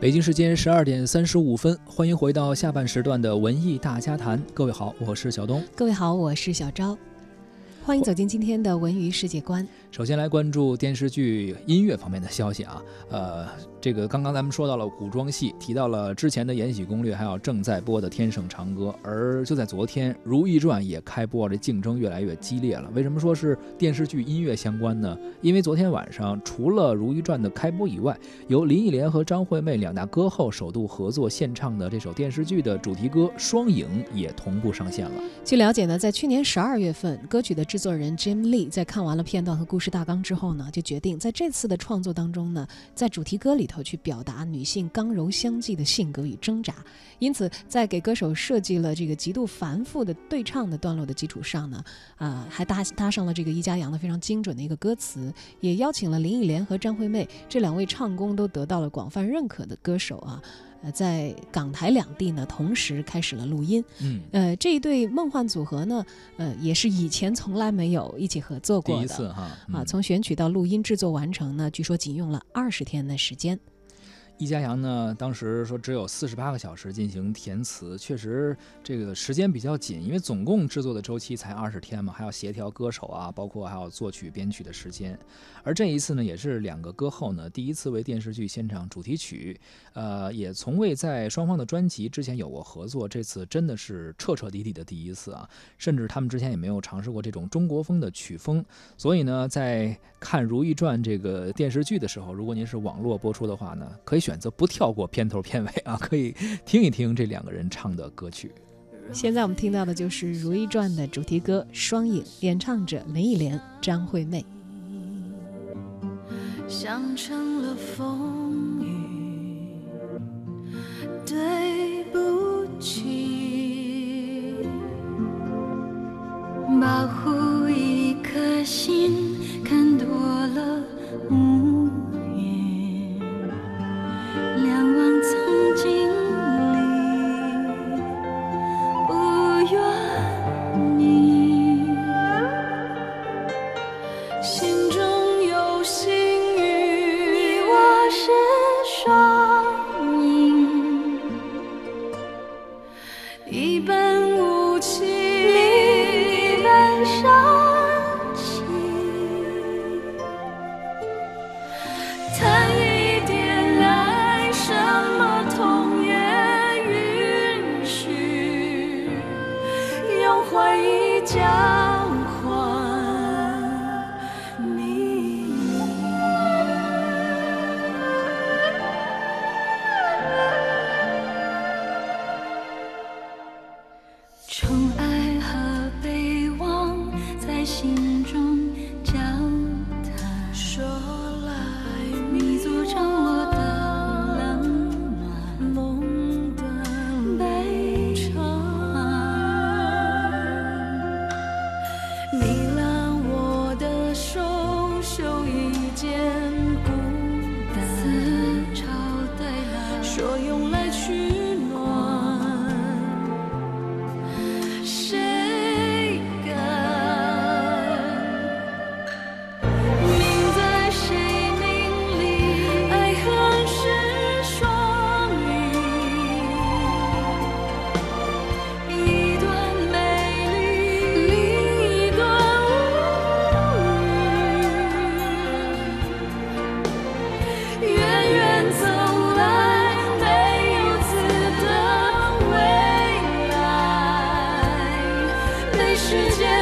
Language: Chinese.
北京时间12:35，欢迎回到下半时段的文艺大家谈。各位好，我是小东。 各位好，我是小昭。欢迎走进今天的文娱世界观。 首先来关注电视剧音乐方面的消息啊，这个刚刚咱们说到了古装戏，提到了之前的《延禧攻略》，还有正在播的《天盛长歌》，而就在昨天，《如懿传》也开播，这竞争越来越激烈了。为什么说是电视剧音乐相关呢？因为昨天晚上，除了《如懿传》的开播以外，由林忆莲和张惠妹两大歌后首度合作献唱的这首电视剧的主题歌《双影》也同步上线了。 据了解呢，在去年12月份，歌曲的制作人 Jim Lee 在看完了片段和故事大纲之后呢，就决定在这次的创作当中呢，在主题歌里头去表达女性刚柔相济的性格与挣扎。因此，在给歌手设计了这个极度繁复的对唱的段落的基础上呢，还搭上了这个易家扬的非常精准的一个歌词，也邀请了林忆莲和张惠妹这两位唱功都得到了广泛认可的歌手啊。在港台两地呢，同时开始了录音。这一对梦幻组合呢，也是以前从来没有一起合作过的， 第一次哈。 从选曲到录音制作完成呢，据说仅用了20天的时间。 易家扬呢，当时说只有48个小时进行填词，确实这个时间比较紧，因为总共制作的周期才20天嘛，还要协调歌手啊，包括还有作曲编曲的时间。而这一次呢，也是两个歌后呢第一次为电视剧献唱主题曲，也从未在双方的专辑之前有过合作，这次真的是彻彻底底的第一次啊！甚至他们之前也没有尝试过这种中国风的曲风，所以呢，在看《如懿传》这个电视剧的时候，如果您是网络播出的话呢，可以选择不跳过片头片尾啊，可以听一听这两个人唱的歌曲。 现在我们听到的就是《如懿传》的主题歌《双影》，演唱者林忆莲、张惠妹。 想成了风雨，对不起，保护一颗心看多了无言，两忘曾经历，不怨你，心中有心语，我是双影，一半无情，一半伤情，谈一点爱，什么痛也允许，用回忆交换秘密。宠爱和被忘在心中交谈，说来你阻挡我的冷暖，梦的悲怆，你拉我的手，手一件孤单，思潮带来，说用来取暖，谁敢命在谁命里，爱恨是双语，一段美丽，另一段无语，远远走来，没有字的未来，被时间